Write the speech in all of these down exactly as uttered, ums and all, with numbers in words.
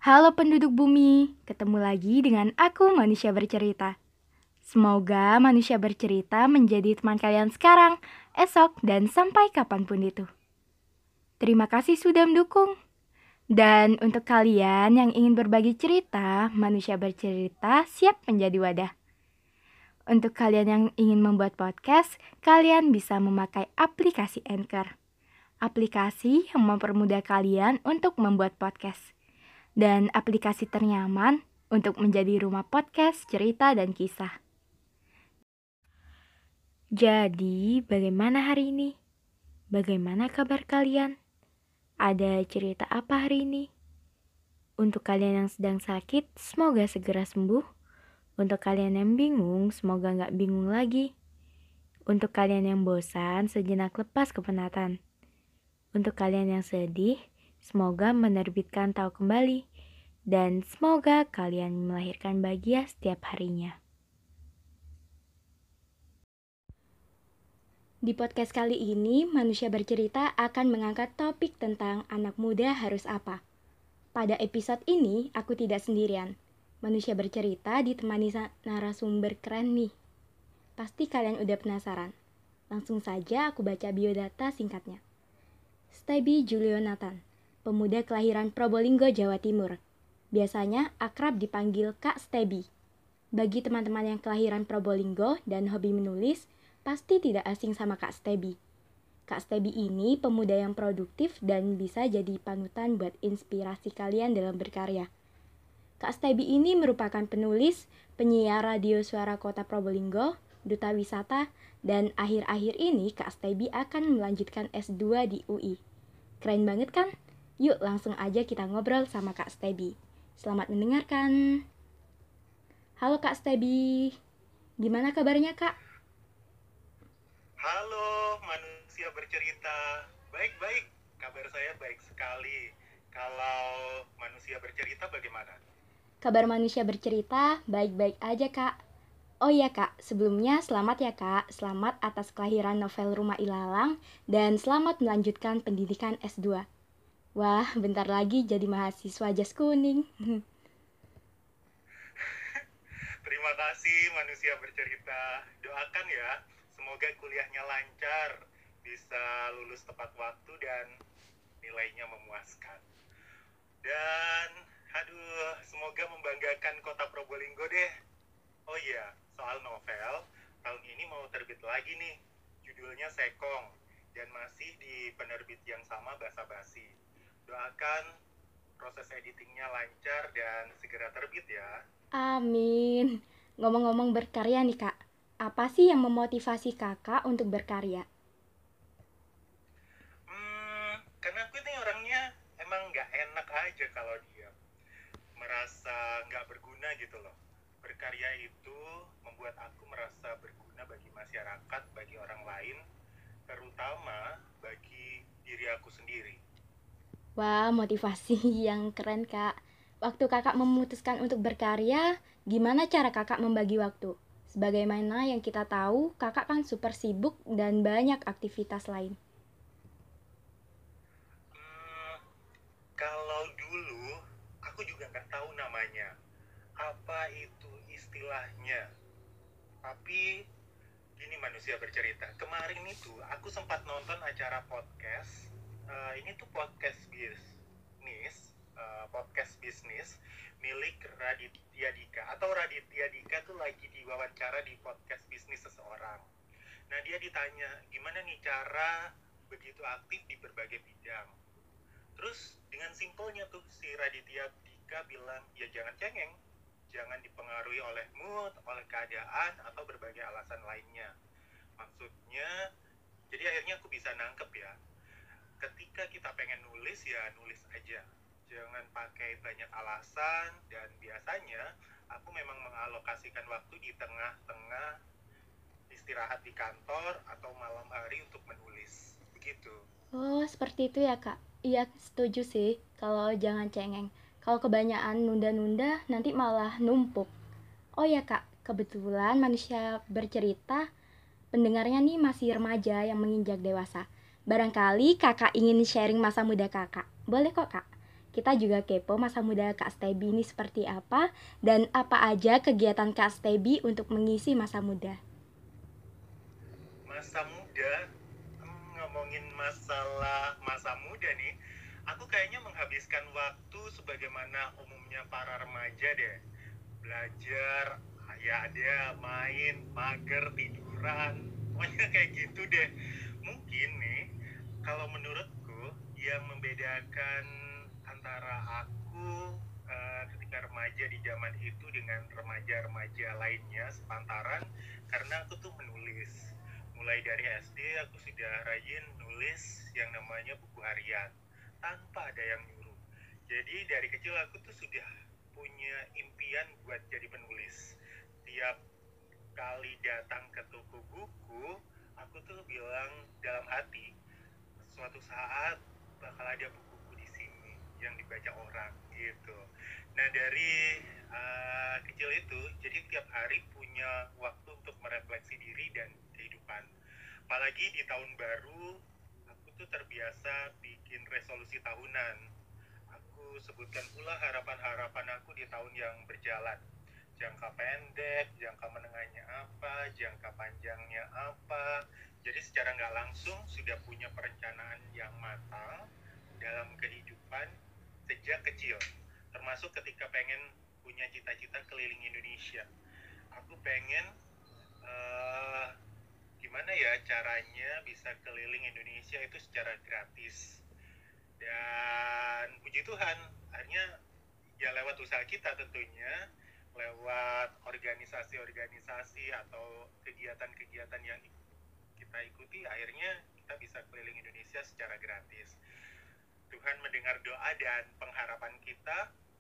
Halo penduduk bumi, ketemu lagi dengan aku Manusia Bercerita. Semoga Manusia Bercerita menjadi teman kalian sekarang, esok, dan sampai kapanpun itu. Terima kasih sudah mendukung. Dan untuk kalian yang ingin berbagi cerita, Manusia Bercerita siap menjadi wadah. Untuk kalian yang ingin membuat podcast, kalian bisa memakai aplikasi Anchor. Aplikasi yang mempermudah kalian untuk membuat podcast. Dan aplikasi ternyaman untuk menjadi rumah podcast, cerita, dan kisah. Jadi, bagaimana hari ini? Bagaimana kabar kalian? Ada cerita apa hari ini? Untuk kalian yang sedang sakit, semoga segera sembuh. Untuk kalian yang bingung, semoga nggak bingung lagi. Untuk kalian yang bosan, sejenak lepas kepenatan. Untuk kalian yang sedih, semoga menerbitkan tahu kembali. Dan semoga kalian melahirkan bahagia setiap harinya. Di podcast kali ini, Manusia Bercerita akan mengangkat topik tentang anak muda harus apa. Pada episode ini, aku tidak sendirian. Manusia Bercerita ditemani narasumber keren nih. Pasti kalian udah penasaran. Langsung saja aku baca biodata singkatnya. Stebi Julionathan, pemuda kelahiran Probolinggo, Jawa Timur. Biasanya akrab dipanggil Kak Stebi. Bagi teman-teman yang kelahiran Probolinggo dan hobi menulis, pasti tidak asing sama Kak Stebi. Kak Stebi ini pemuda yang produktif dan bisa jadi panutan buat inspirasi kalian dalam berkarya. Kak Stebi ini merupakan penulis, penyiar radio suara kota Probolinggo, duta wisata, dan akhir-akhir ini Kak Stebi akan melanjutkan S dua di U I. Keren banget kan? Yuk langsung aja kita ngobrol sama Kak Stebi. Selamat mendengarkan. Halo Kak Stebi, gimana kabarnya Kak? Halo Manusia Bercerita, baik-baik, kabar saya baik sekali. Kalau Manusia Bercerita bagaimana? Kabar Manusia Bercerita baik-baik aja Kak. Oh iya Kak, sebelumnya selamat ya Kak, selamat atas kelahiran novel Rumah Ilalang dan selamat melanjutkan pendidikan S dua. Wah, bentar lagi jadi mahasiswa jas kuning. Terima kasih Manusia Bercerita, doakan ya, semoga kuliahnya lancar, bisa lulus tepat waktu dan nilainya memuaskan. Dan, aduh, semoga membanggakan kota Probolinggo deh. Oh iya, soal novel, tahun ini mau terbit lagi nih, judulnya Sekong, dan masih di penerbit yang sama Basa Basi. Doakan proses editingnya lancar dan segera terbit ya. Amin. Ngomong-ngomong berkarya nih Kak, apa sih yang memotivasi Kakak untuk berkarya? Hmm, karena aku ini orangnya emang nggak enak aja kalau diam. Merasa nggak berguna gitu loh. Berkarya itu membuat aku merasa berguna bagi masyarakat, bagi orang lain, terutama bagi diri aku sendiri. Wah, motivasi yang keren Kak. Waktu Kakak memutuskan untuk berkarya, gimana cara Kakak membagi waktu? Sebagaimana yang kita tahu, Kakak kan super sibuk dan banyak aktivitas lain. Hmm, kalau dulu aku juga nggak tahu namanya, apa itu istilahnya. Tapi gini Manusia Bercerita, kemarin itu aku sempat nonton acara podcast. Uh, ini tuh podcast bisnis, uh, podcast bisnis milik Raditya Dika. Atau Raditya Dika tuh lagi diwawancara di podcast bisnis seseorang. Nah dia ditanya, gimana nih cara begitu aktif di berbagai bidang. Terus dengan simpelnya tuh si Raditya Dika bilang, ya jangan cengeng, jangan dipengaruhi oleh mood, oleh keadaan, atau berbagai alasan lainnya. Maksudnya, jadi akhirnya aku bisa nangkep ya, ketika kita pengen nulis, ya nulis aja. Jangan pakai banyak alasan, dan biasanya aku memang mengalokasikan waktu di tengah-tengah istirahat di kantor atau malam hari untuk menulis. Begitu. Oh, seperti itu ya Kak. Iya, setuju sih kalau jangan cengeng. Kalau kebanyakan nunda-nunda, nanti malah numpuk. Oh ya Kak, kebetulan Manusia Bercerita pendengarnya nih masih remaja yang menginjak dewasa. Barangkali Kakak ingin sharing masa muda Kakak. Boleh kok Kak. Kita juga kepo masa muda Kak Stebi ini seperti apa dan apa aja kegiatan Kak Stebi untuk mengisi masa muda. Masa muda, hmm, ngomongin masalah masa muda nih, aku kayaknya menghabiskan waktu sebagaimana umumnya para remaja deh. Belajar, ya ada main, mager, tiduran, pokoknya kayak gitu deh. Mungkin nih, kalau menurutku yang membedakan antara aku uh, ketika remaja di zaman itu dengan remaja-remaja lainnya sepantaran, karena aku tuh menulis. Mulai dari S D aku sudah rajin nulis yang namanya buku harian tanpa ada yang nyuruh. Jadi dari kecil aku tuh sudah punya impian buat jadi penulis. Tiap kali datang ke toko buku, aku tuh bilang dalam hati, suatu saat bakal ada buku-buku di sini yang dibaca orang gitu. Nah dari uh, kecil itu, jadi tiap hari punya waktu untuk merefleksi diri dan kehidupan. Apalagi di tahun baru, aku tuh terbiasa bikin resolusi tahunan. Aku sebutkan pula harapan-harapan aku di tahun yang berjalan. Jangka pendek, jangka menengahnya apa, jangka panjangnya apa. Jadi secara nggak langsung sudah punya perencanaan yang matang dalam kehidupan sejak kecil. Termasuk ketika pengen punya cita-cita keliling Indonesia. Aku pengen uh, gimana ya caranya bisa keliling Indonesia itu secara gratis. Dan puji Tuhan, akhirnya ya lewat usaha kita tentunya, lewat organisasi-organisasi atau kegiatan-kegiatan yang kita ikuti, akhirnya kita bisa keliling Indonesia secara gratis. Tuhan mendengar doa dan pengharapan kita,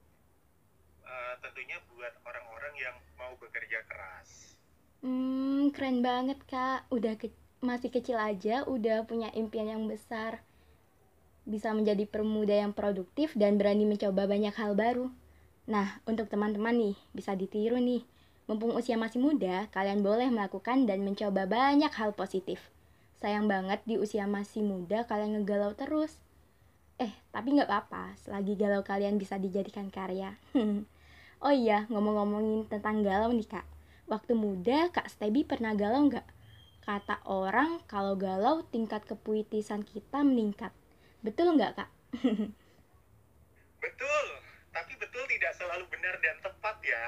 uh, tentunya buat orang-orang yang mau bekerja keras. Hmm, keren banget Kak. Udah ke- masih kecil aja udah punya impian yang besar. Bisa menjadi pemuda yang produktif dan berani mencoba banyak hal baru. Nah, untuk teman-teman nih, bisa ditiru nih. Mumpung usia masih muda, kalian boleh melakukan dan mencoba banyak hal positif. Sayang banget di usia masih muda kalian ngegalau terus. Eh, tapi nggak apa-apa, selagi galau kalian bisa dijadikan karya. Oh iya, ngomong-ngomongin tentang galau nih kak. Waktu muda, Kak Stebi pernah galau nggak? Kata orang, kalau galau tingkat kepuitisan kita meningkat. Betul nggak kak? Betul, tapi betul tidak selalu benar dan tepat ya.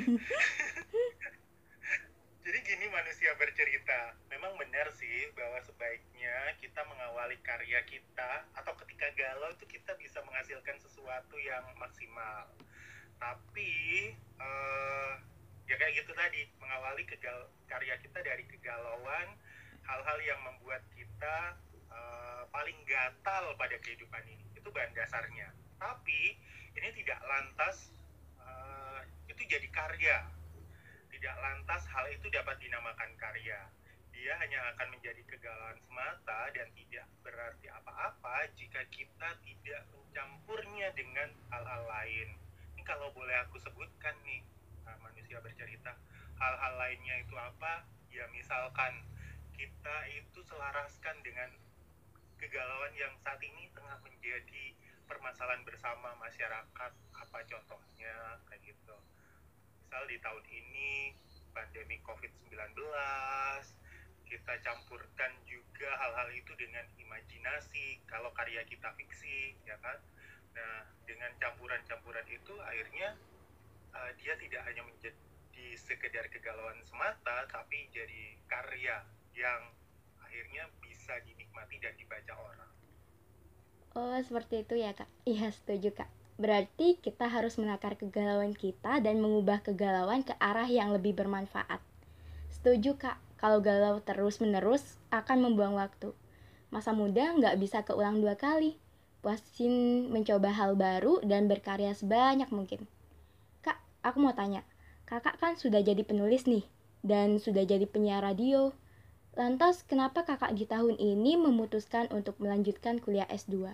Jadi gini manusia bercerita, memang benar sih bahwa sebaiknya kita mengawali karya kita atau ketika galau itu kita bisa menghasilkan sesuatu yang maksimal. Tapi uh, ya kayak gitu tadi, mengawali kegal- karya kita dari kegalauan, hal-hal yang membuat kita uh, paling gatal pada kehidupan ini, itu bahan dasarnya. Tapi ini tidak lantas uh, itu jadi karya. Tidak lantas hal itu dapat dinamakan karya. Dia hanya akan menjadi kegalauan semata dan tidak berarti apa-apa jika kita tidak mencampurnya dengan hal-hal lain. Ini kalau boleh aku sebutkan nih, manusia bercerita, hal-hal lainnya itu apa? Ya misalkan kita itu selaraskan dengan kegalauan yang saat ini tengah menjadi permasalahan bersama masyarakat. Apa contohnya? Kayak gitu. Misal di tahun ini pandemi covid sembilan belas, kita campurkan juga hal-hal itu dengan imajinasi kalau karya kita fiksi, ya kan? Nah, dengan campuran-campuran itu akhirnya uh, dia tidak hanya menjadi sekedar kegalauan semata, tapi jadi karya yang akhirnya bisa dinikmati dan dibaca orang. Oh, seperti itu ya kak? Iya, setuju kak. Berarti kita harus menakar kegalauan kita dan mengubah kegalauan ke arah yang lebih bermanfaat. Setuju kak, kalau galau terus-menerus akan membuang waktu. Masa muda nggak bisa keulang dua kali. Puasin mencoba hal baru dan berkarya sebanyak mungkin. Kak, aku mau tanya, kakak kan sudah jadi penulis nih, dan sudah jadi penyiar radio. Lantas, kenapa kakak di tahun ini memutuskan untuk melanjutkan kuliah S dua?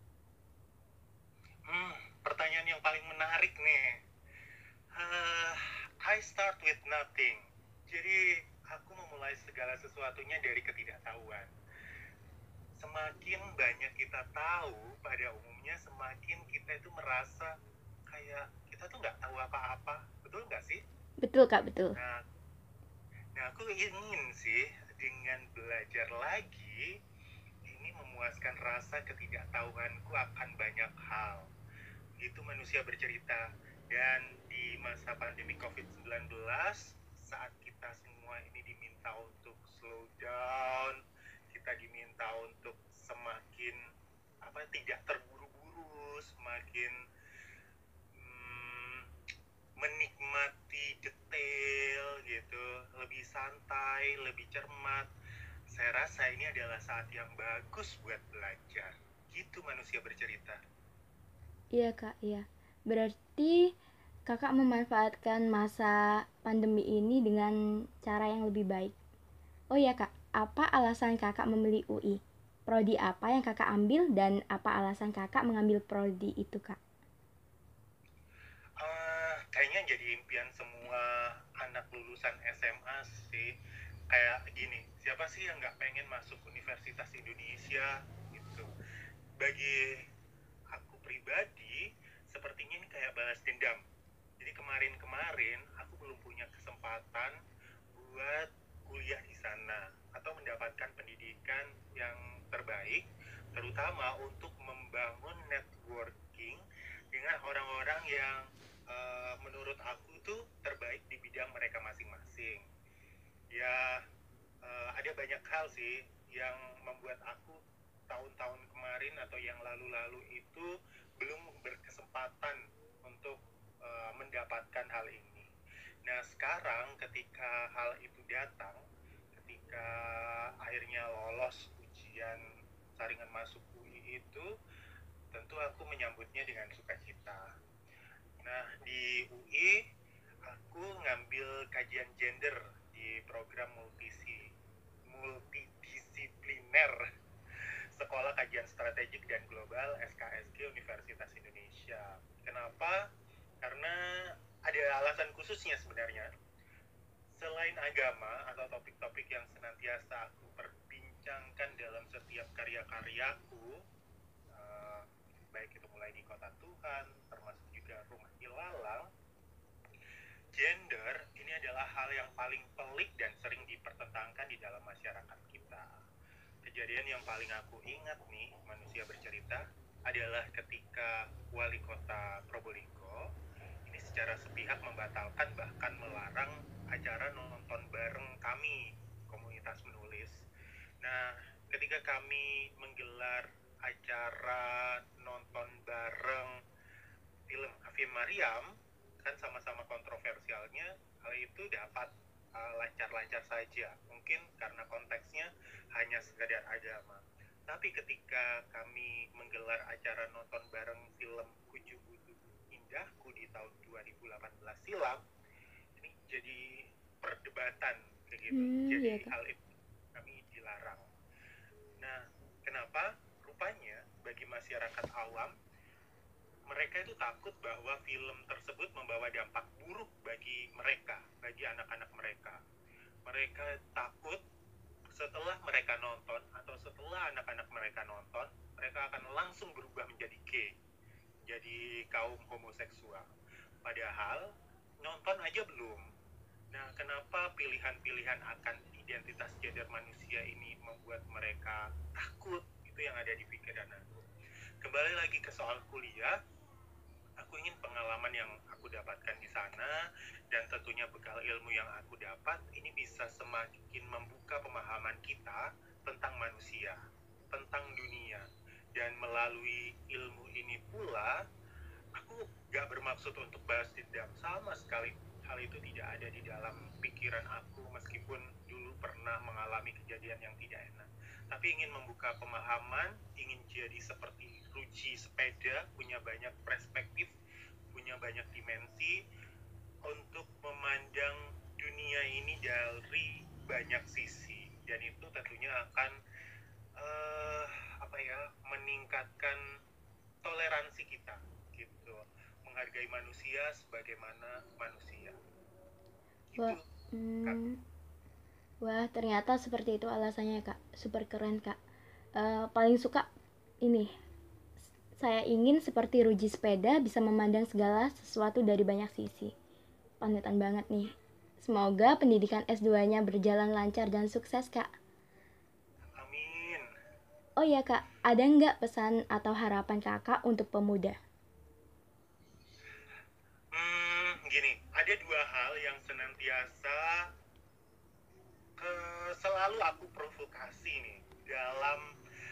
Hmm, pertanyaan yang paling menarik nih. Uh, I start with nothing. Jadi aku memulai segala sesuatunya dari ketidaktahuan. semakin banyak kita tahu, pada umumnya semakin kita itu merasa kayak kita tuh nggak tahu apa-apa, betul nggak sih? Betul Kak, betul. Nah, nah aku ingin sih dengan belajar lagi ini memuaskan rasa ketidaktahuanku akan banyak hal. Itu manusia bercerita. Dan di masa pandemi covid sembilan belas, saat kita semua ini diminta untuk slow down, kita diminta untuk semakin apa tidak terburu-buru, semakin hmm, menikmati detail gitu, lebih santai, lebih cermat. Saya rasa ini adalah saat yang bagus buat belajar. Gitu manusia bercerita. Iya Kak, iya. Berarti Kakak memanfaatkan masa pandemi ini dengan cara yang lebih baik. Oh iya Kak, apa alasan Kakak memilih U I? Prodi apa yang Kakak ambil dan apa alasan Kakak mengambil prodi itu Kak? Uh, kayaknya jadi impian semua anak lulusan S M A sih. Kayak gini, siapa sih yang nggak pengen masuk Universitas Indonesia gitu. Bagi aku pribadi, sepertinya ini kayak balas dendam. Jadi kemarin-kemarin aku belum punya kesempatan buat kuliah di sana atau mendapatkan pendidikan yang terbaik, terutama untuk membangun networking dengan orang-orang yang uh, menurut aku tuh terbaik di bidang mereka masing-masing. Ya, uh, ada banyak hal sih yang membuat aku tahun-tahun kemarin atau yang lalu-lalu itu belum berkesempatan untuk uh, mendapatkan hal ini. Nah, sekarang ketika hal itu datang, ketika akhirnya lolos ujian saringan masuk U I itu, tentu aku menyambutnya dengan sukacita. Nah, di U I aku ngambil kajian gender di program multisi multidisipliner Sekolah Kajian Strategik dan Global S K S G Universitas Indonesia. Kenapa? Karena ada alasan khususnya sebenarnya. Selain agama atau topik-topik yang senantiasa aku perbincangkan dalam setiap karya-karyaku, uh, baik itu mulai di Kota Tuhan, termasuk juga Rumah Ilalang, gender ini adalah hal yang paling pelik dan sering dipertentangkan di dalam masyarakat kita. Kejadian yang paling aku ingat nih, manusia bercerita, adalah ketika wali kota Probolinggo ini secara sepihak membatalkan bahkan melarang acara nonton bareng kami, komunitas menulis. Nah, ketika kami menggelar acara nonton bareng film Afim Mariam, kan sama-sama kontroversialnya, hal itu dapat uh, lancar-lancar saja. Mungkin karena konteksnya hanya sekadar agama. Tapi ketika kami menggelar acara nonton bareng film Kucubu Tubuh Indahku di tahun dua ribu delapan belas silam, ini jadi perdebatan kayak gitu. Hmm, Jadi iya Kak. hal itu kami dilarang. Nah, kenapa? Rupanya bagi masyarakat awam, mereka itu takut bahwa film tersebut membawa dampak buruk bagi mereka, bagi anak-anak mereka. Mereka takut setelah mereka nonton atau setelah anak-anak mereka nonton, mereka akan langsung berubah menjadi gay, jadi kaum homoseksual. Padahal nonton aja belum. Nah, kenapa pilihan-pilihan akan identitas gender manusia ini membuat mereka takut? Itu yang ada di pikiran aku. Kembali lagi ke soal kuliah, aku ingin pengalaman yang aku dapatkan di sana dan tentunya bekal ilmu yang aku dapat ini bisa semakin membuka pemahaman kita tentang manusia, tentang dunia. Dan melalui ilmu ini pula, aku gak bermaksud untuk balas dendam sama sekali. Hal itu tidak ada di dalam pikiran aku meskipun dulu pernah mengalami kejadian yang tidak enak. Tapi ingin membuka pemahaman, ingin jadi seperti Ruci sepeda, punya banyak perspektif, punya banyak dimensi untuk memandang dunia ini dari banyak sisi, dan itu tentunya akan uh, apa ya meningkatkan toleransi kita gitu, menghargai manusia sebagaimana manusia gitu. Wah, hmm, wah ternyata seperti itu alasannya Kak. Super keren Kak. uh, paling suka ini. Saya ingin seperti Ruji Sepeda bisa memandang segala sesuatu dari banyak sisi. Panutan banget nih. Semoga pendidikan S dua-nya berjalan lancar dan sukses, Kak. Amin. Oh iya, Kak. Ada nggak pesan atau harapan Kakak untuk pemuda? Hmm, gini, ada dua hal yang senantiasa ke selalu aku provokasi nih dalam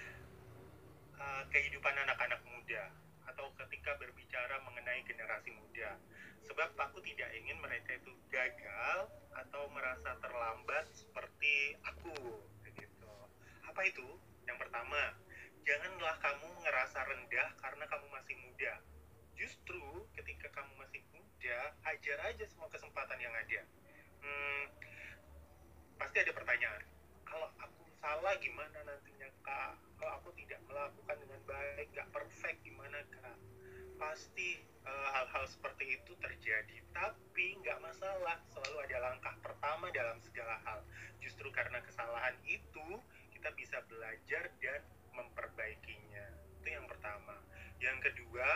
uh, kehidupan anak-anak muda atau ketika berbicara mengenai generasi muda. Sebab aku tidak ingin mereka itu gagal atau merasa terlambat seperti aku gitu. Apa itu? Yang pertama, janganlah kamu ngerasa rendah karena kamu masih muda. Justru ketika kamu masih muda, hajar aja semua kesempatan yang ada. Hmm, pasti ada pertanyaan. Kalau aku salah gimana nantinya, Kak? Kalau aku tidak melakukan dengan baik, gak perfect gimana, Kak? Pasti uh, hal-hal seperti itu terjadi, tapi nggak masalah, selalu ada langkah pertama dalam segala hal. Justru karena kesalahan itu kita bisa belajar dan memperbaikinya. Itu yang pertama. Yang kedua,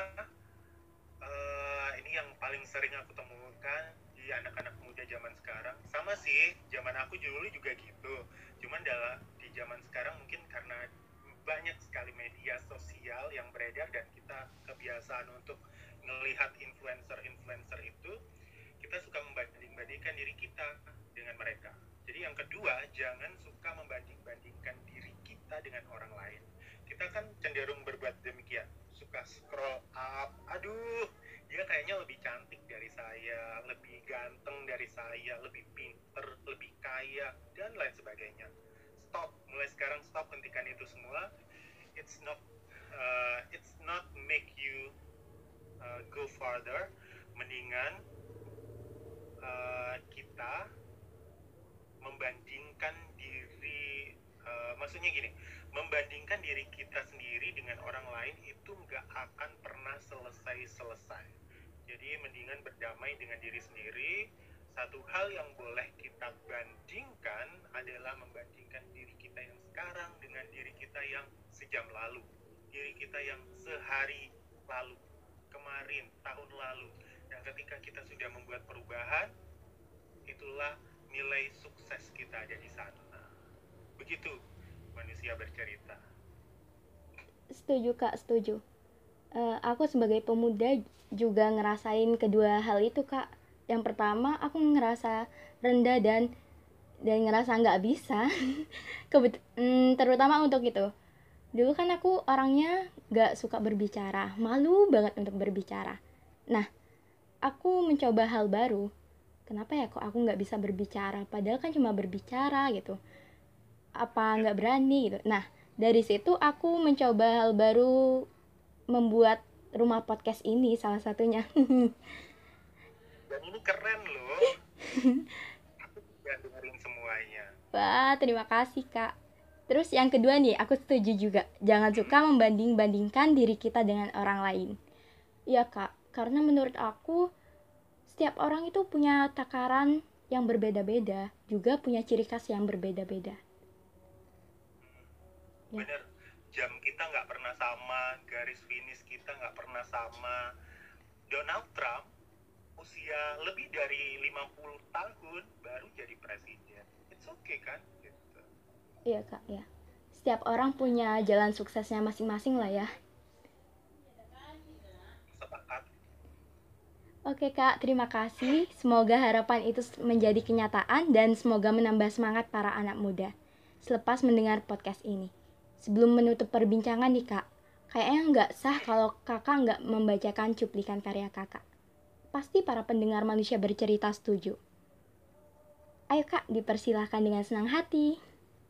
uh, ini yang paling sering aku temukan di anak-anak muda zaman sekarang. Sama sih, zaman aku dulu juga gitu, cuman dalam di zaman sekarang mungkin karena banyak sekali media sosial yang beredar dan kita kebiasaan untuk melihat influencer-influencer itu, kita suka membanding-bandingkan diri kita dengan mereka. Jadi yang kedua, jangan suka membanding-bandingkan diri kita dengan orang lain. Kita kan cenderung berbuat demikian, suka scroll up, aduh dia kayaknya lebih cantik dari saya, lebih ganteng dari saya, lebih pinter, lebih kaya, dan lain sebagainya. Stop, mulai sekarang stop, hentikan itu semua. It's not uh, it's not make you uh, go farther. Mendingan uh, kita membandingkan diri, uh, maksudnya gini, membandingkan diri kita sendiri dengan orang lain itu nggak akan pernah selesai-selesai. Jadi mendingan berdamai dengan diri sendiri. Satu hal yang boleh kita bandingkan adalah membandingkan diri kita yang sekarang dengan diri kita yang sejam lalu, diri kita yang sehari lalu, kemarin, tahun lalu. Dan ketika kita sudah membuat perubahan, itulah nilai sukses kita ada di sana. Begitu manusia bercerita. Setuju, Kak, setuju. Uh, aku sebagai pemuda juga ngerasain kedua hal itu, Kak. Yang pertama, aku ngerasa rendah dan dan ngerasa nggak bisa. Kebet hmm, terutama untuk itu. Dulu kan aku orangnya nggak suka berbicara, malu banget untuk berbicara. Nah, aku mencoba hal baru. Kenapa ya kok aku nggak bisa berbicara? Padahal kan cuma berbicara gitu. Apa nggak berani gitu. Nah, dari situ aku mencoba hal baru, membuat rumah podcast ini salah satunya. Dan ini keren loh. Aku juga dengerin semuanya. Wah, terima kasih, Kak. Terus yang kedua nih, aku setuju juga. Jangan suka membanding-bandingkan diri kita dengan orang lain. Iya, Kak. Karena menurut aku, setiap orang itu punya takaran yang berbeda-beda. Juga punya ciri khas yang berbeda-beda. Hmm, ya. Bener. Jam kita nggak pernah sama, garis finish kita nggak pernah sama. Donald Trump usia lebih dari lima puluh tahun baru jadi presiden. It's okay kan? Gitu. Iya, Kak, ya. Setiap orang punya jalan suksesnya masing-masing lah ya. Sepakat. Oke, Kak, terima kasih. Semoga harapan itu menjadi kenyataan dan semoga menambah semangat para anak muda selepas mendengar podcast ini. Sebelum menutup perbincangan nih, Kak, kayaknya nggak sah kalau kakak nggak membacakan cuplikan karya kakak. Pasti para pendengar manusia bercerita setuju. Ayo, Kak, dipersilahkan dengan senang hati.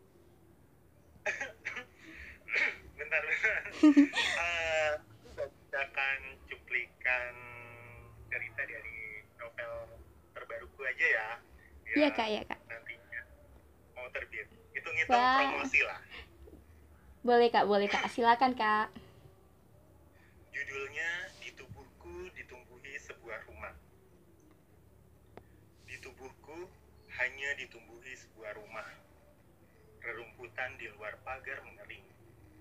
Bentar, bentar. uh, bacakan cuplikan cerita dari novel terbaruku aja ya. Iya, Kak, ya, Kak. Nantinya mau terbit. Hitung-hitung promosi lah. Boleh, Kak, boleh, Kak. Silakan, Kak. Judulnya Di Tubuhku Ditumbuhi Sebuah Rumah. Di tubuhku hanya ditumbuhi sebuah rumah. Rerumputan di luar pagar mengering.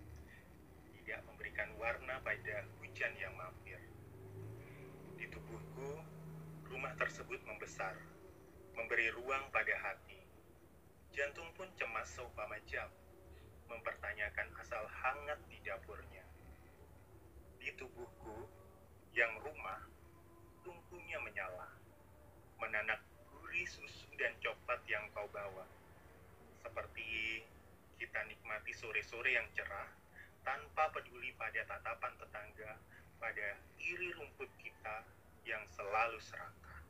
tidak memberikan warna pada hujan yang mampir. Di tubuhku, rumah tersebut membesar, memberi ruang pada hati. Jantung pun cemas seumpama jam, mempertanyakan asal hangat di dapurnya. Di tubuhku, yang rumah, tungkunya menyala, menanak gurih susu dan coklat yang kau bawa. Seperti kita nikmati sore-sore yang cerah, tanpa peduli pada tatapan tetangga, pada iri rumput kita yang selalu serakah.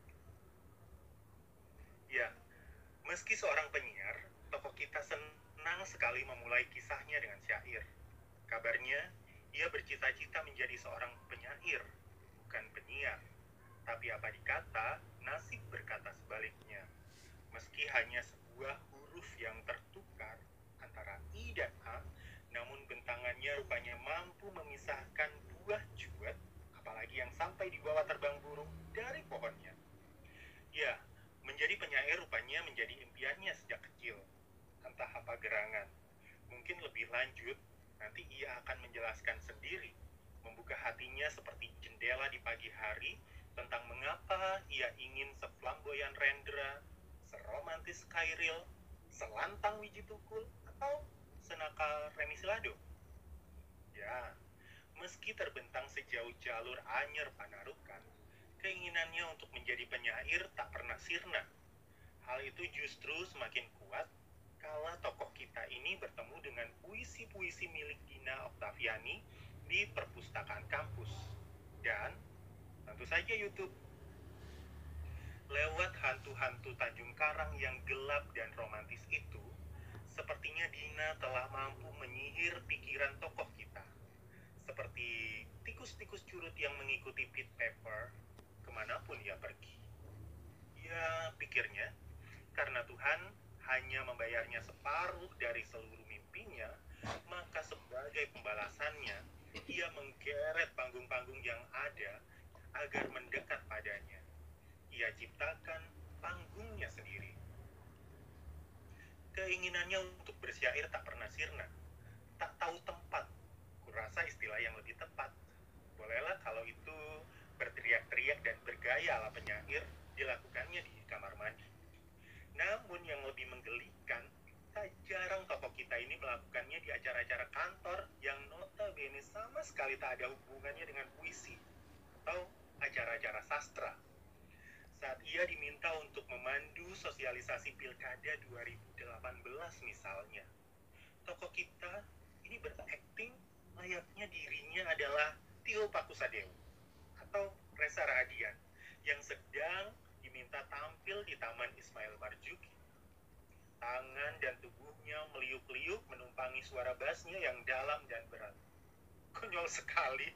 Ya, meski seorang penyiar, tokoh kita senang sekali memulai kisahnya dengan syair. Kabarnya, ia bercita-cita menjadi seorang penyair, bukan penyiar. Tapi apa dikata, nasib berkata sebaliknya. Meski hanya sebuah huruf yang tertukar antara I dan A, namun bentangannya rupanya mampu memisahkan buah juwet, apalagi yang sampai dibawa terbang burung dari pohonnya. Ya, menjadi penyair rupanya menjadi impiannya sejak kecil. Entah apa gerangan. Mungkin lebih lanjut, nanti ia akan menjelaskan sendiri, membuka hatinya seperti jendela di pagi hari tentang mengapa ia ingin seflamboyan Rendra, seromantis Khairil, selantang Wiji Tukul, atau senakal Remi Silado. Ya, meski terbentang sejauh jalur Anyer Panarukan, keinginannya untuk menjadi penyair tak pernah sirna. Hal itu justru semakin kuat kala tokoh kita ini bertemu dengan puisi-puisi milik Dina Oktaviani di perpustakaan kampus. Dan tentu saja YouTube. Lewat hantu-hantu Tanjung Karang yang gelap dan romantis itu, sepertinya Dina telah mampu menyihir pikiran tokoh kita. Seperti tikus-tikus curut yang mengikuti Pete Pepper kemanapun ia pergi. Ya, pikirnya, karena Tuhan hanya membayarnya separuh dari seluruh mimpinya, maka sebagai pembalasannya, ia menggeret panggung-panggung yang ada agar mendekat padanya. Ia ciptakan panggungnya sendiri. Keinginannya untuk bersyair tak pernah sirna, tak tahu tempat. Kurasa istilah yang lebih tepat. Bolehlah kalau itu berteriak-teriak dan bergaya ala penyair dilakukannya di kamar mandi. Namun yang lebih menggelikan, tak jarang tokoh kita ini melakukannya di acara-acara kantor yang notabene sama sekali tak ada hubungannya dengan puisi atau acara-acara sastra. Saat ia diminta untuk memandu sosialisasi Pilkada dua ribu delapan belas misalnya, tokoh kita ini berakting layaknya dirinya adalah Tio Pakusadewo atau Reza Rahadian yang sedang diminta tampil di Taman Ismail Marzuki. Tangan dan tubuhnya meliuk-liuk menumpangi suara bassnya yang dalam dan berat. Konyol sekali.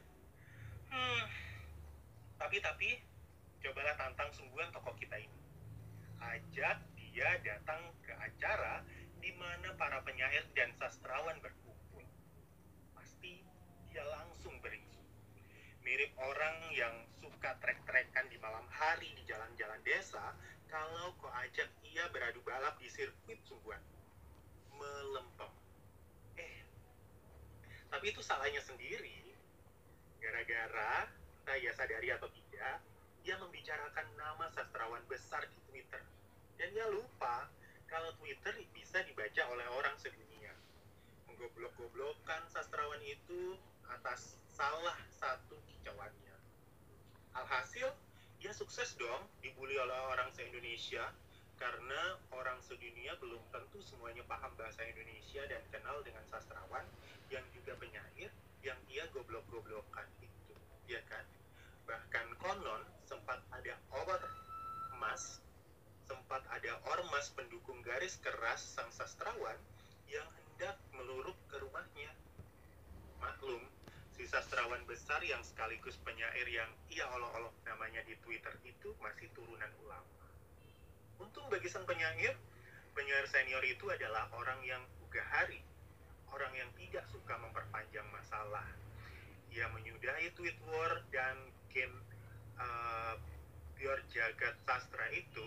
Hmm. Tapi-tapi, cobalah tantang sungguhan tokoh kita ini. Ajak dia datang ke acara di mana para penyair dan sastrawan berkumpul. Pasti dia langsung beringsu. Mirip orang yang suka trek-trekan di malam hari di jalan-jalan desa, kalau kau ajak ia beradu balap di sirkuit sungguhan. Melempem. Eh, tapi itu salahnya sendiri. Gara-gara, entah ia sadari atau tidak, ia membicarakan nama sastrawan besar di Twitter. Dan ia lupa kalau Twitter bisa dibaca oleh orang sedunia. Menggoblok-goblokkan sastrawan itu atas salah satu kicauannya. Alhasil, ia sukses dong dibully oleh orang se-Indonesia karena orang sedunia belum tentu semuanya paham bahasa Indonesia dan kenal dengan sastrawan yang juga penyair yang ia goblok-goblokkan itu, ya kan? Bahkan konon sempat ada ormas, sempat ada ormas pendukung garis keras sang sastrawan yang hendak melurup ke rumahnya. Maklum, si sastrawan besar yang sekaligus penyair yang ia olok-olok namanya di Twitter itu masih turunan ulama. Untung bagi sang penyair, penyair senior itu adalah orang yang ugahari, orang yang tidak suka memperpanjang masalah. Ia menyudahi tweet war dan game uh, biar jagat sastra itu.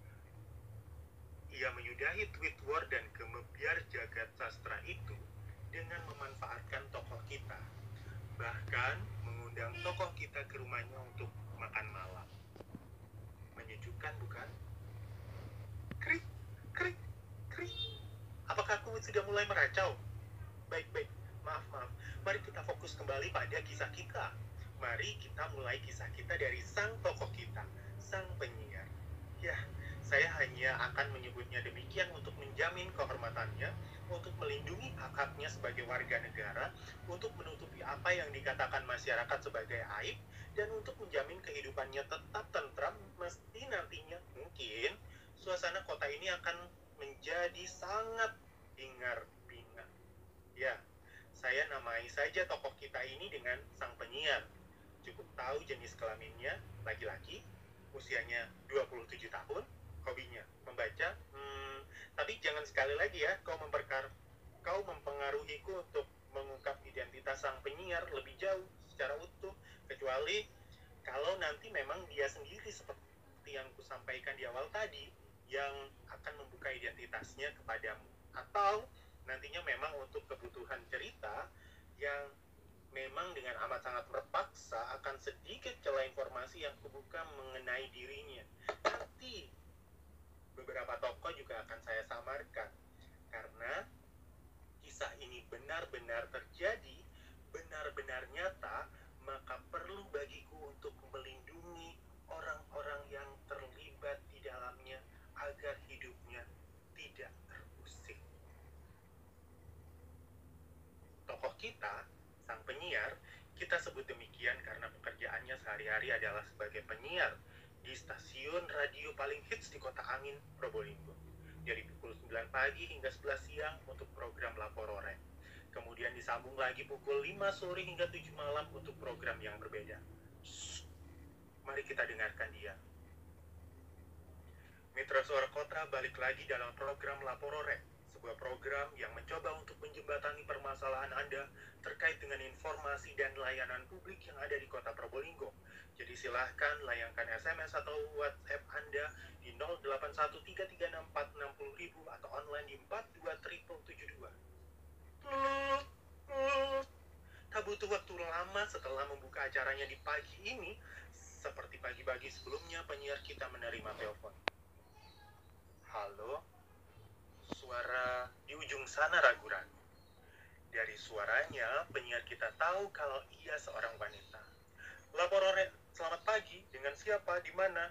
Ia menyudahi tweet war dan gemebiar jagat sastra itu dengan memanfaatkan tokoh kita. Bahkan mengundang tokoh kita ke rumahnya untuk makan malam. Menyejukkan, bukan? Krik, krik, krik. Apakah aku sudah mulai meracau? Baik-baik, maaf, maaf. Mari kita fokus kembali pada kisah kita. Mari kita mulai kisah kita dari sang tokoh kita, sang penyiar. Ya, saya hanya akan menyebutnya demikian untuk menjamin kehormatannya, untuk melindungi hak-haknya sebagai warga negara, untuk menutupi apa yang dikatakan masyarakat sebagai aib, dan untuk menjamin kehidupannya tetap tentram meski nantinya mungkin suasana kota ini akan menjadi sangat hingar-bingar. Ya, saya namai saja tokoh kita ini dengan sang penyiar. Cukup tahu jenis kelaminnya, laki-laki, usianya dua puluh tujuh tahun, hobinya membaca. Hmm, tapi jangan sekali lagi ya kau memperkar kau mempengaruhiku untuk mengungkap identitas sang penyiar lebih jauh secara utuh, kecuali kalau nanti memang dia sendiri seperti yang kusampaikan di awal tadi yang akan membuka identitasnya kepadamu, atau nantinya memang untuk kebutuhan cerita yang memang dengan amat sangat terpaksa akan sedikit celah informasi yang kubuka mengenai dirinya. Nanti beberapa tokoh juga akan saya samarkan, karena kisah ini benar-benar terjadi, benar-benar nyata, maka perlu bagiku untuk melindungi orang-orang yang terlibat di dalamnya agar hidupnya tidak terusik. Tokoh kita, sang penyiar, kita sebut demikian karena pekerjaannya sehari-hari adalah sebagai penyiar di stasiun radio paling hits di Kota Angin, Probolinggo, dari pukul sembilan pagi hingga sebelas siang untuk program Laporore. Kemudian disambung lagi pukul lima sore hingga tujuh malam untuk program yang berbeda. Shh, mari kita dengarkan dia. Mitra Suara Kota balik lagi dalam program Laporore, sebuah program yang mencoba untuk menjembatani permasalahan Anda terkait dengan informasi dan layanan publik yang ada di Kota Probolinggo. Jadi silahkan layangkan S M S atau WhatsApp Anda di nol delapan satu tiga tiga enam empat enam nol nol nol atau online di empat dua tujuh tujuh dua. Tak butuh waktu lama setelah membuka acaranya di pagi ini, seperti pagi-pagi sebelumnya penyiar kita menerima telepon. Halo, suara di ujung sana ragu-ragu. Dari suaranya, penyiar kita tahu kalau ia seorang wanita. Laporore, selamat pagi. Dengan siapa? Di mana?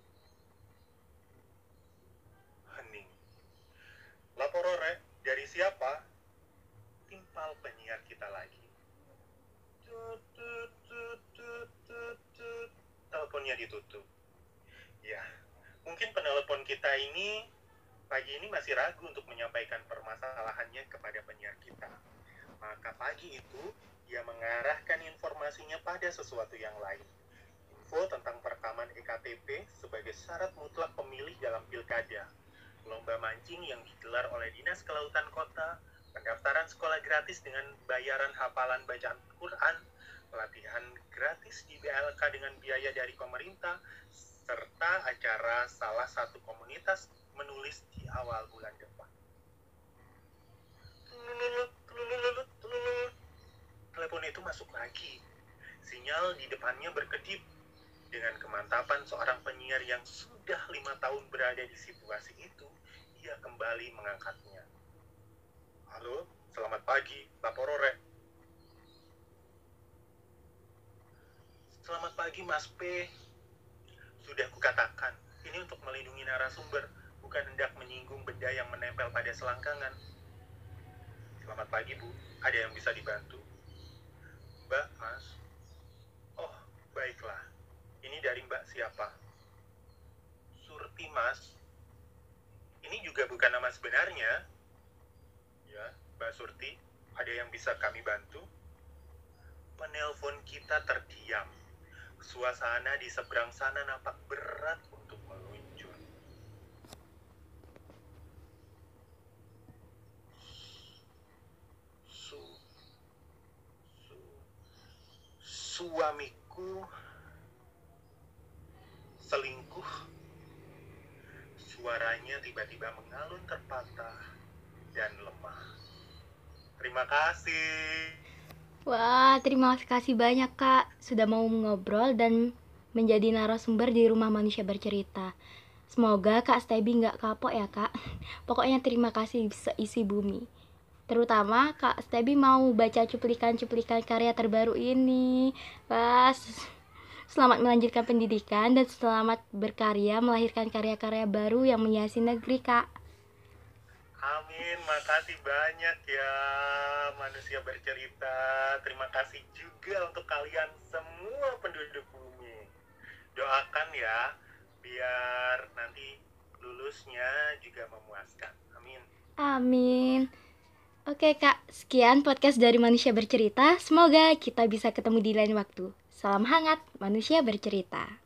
Hening. Laporore, dari siapa? Timpal penyiar kita lagi. Tut, tut, tut, tut, tut, tut. Teleponnya ditutup. Ya, mungkin penelpon kita ini pagi ini masih ragu untuk menyampaikan permasalahannya kepada penyiar kita. Maka pagi itu, ia mengarahkan informasinya pada sesuatu yang lain. Info tentang perekaman E K T P sebagai syarat mutlak pemilih dalam pilkada. Lomba mancing yang digelar oleh Dinas Kelautan Kota, pendaftaran sekolah gratis dengan bayaran hafalan bacaan Quran, pelatihan gratis di B L K dengan biaya dari pemerintah, serta acara salah satu komunitas menulis di awal bulan depan. Telepon itu masuk lagi. Sinyal di depannya berkedip. Dengan kemantapan seorang penyiar yang sudah lima tahun berada di situasi itu, ia kembali mengangkatnya. Halo, selamat pagi, Laporore. Selamat pagi, Mas P. Sudah kukatakan, ini untuk melindungi narasumber, bukan hendak menyinggung benda yang menempel pada selangkangan. Selamat pagi, Bu. Ada yang bisa dibantu? Mbak, Mas. Oh, baiklah. Ini dari Mbak siapa? Surti, Mas. Ini juga bukan nama sebenarnya. Ya, Mbak Surti. Ada yang bisa kami bantu? Penelpon kita terdiam. Suasana di seberang sana nampak berat untuk meluncur. Su, su, suamiku selingkuh. Suaranya tiba-tiba mengalun terpatah dan lemah. Terima kasih. Wah, terima kasih banyak Kak sudah mau ngobrol dan menjadi narasumber di Rumah Manusia Bercerita. Semoga Kak Stebi nggak kapok ya Kak. Pokoknya terima kasih seisi bumi. Terutama Kak Stebi mau baca cuplikan-cuplikan karya terbaru ini. Wah, selamat melanjutkan pendidikan dan selamat berkarya melahirkan karya-karya baru yang menghiasi negeri Kak. Amin, makasih banyak ya Manusia Bercerita. Terima kasih juga untuk kalian semua penduduk bumi. Doakan ya, biar nanti lulusnya juga memuaskan. Amin. Amin. Oke Kak, sekian podcast dari Manusia Bercerita. Semoga kita bisa ketemu di lain waktu. Salam hangat, Manusia Bercerita.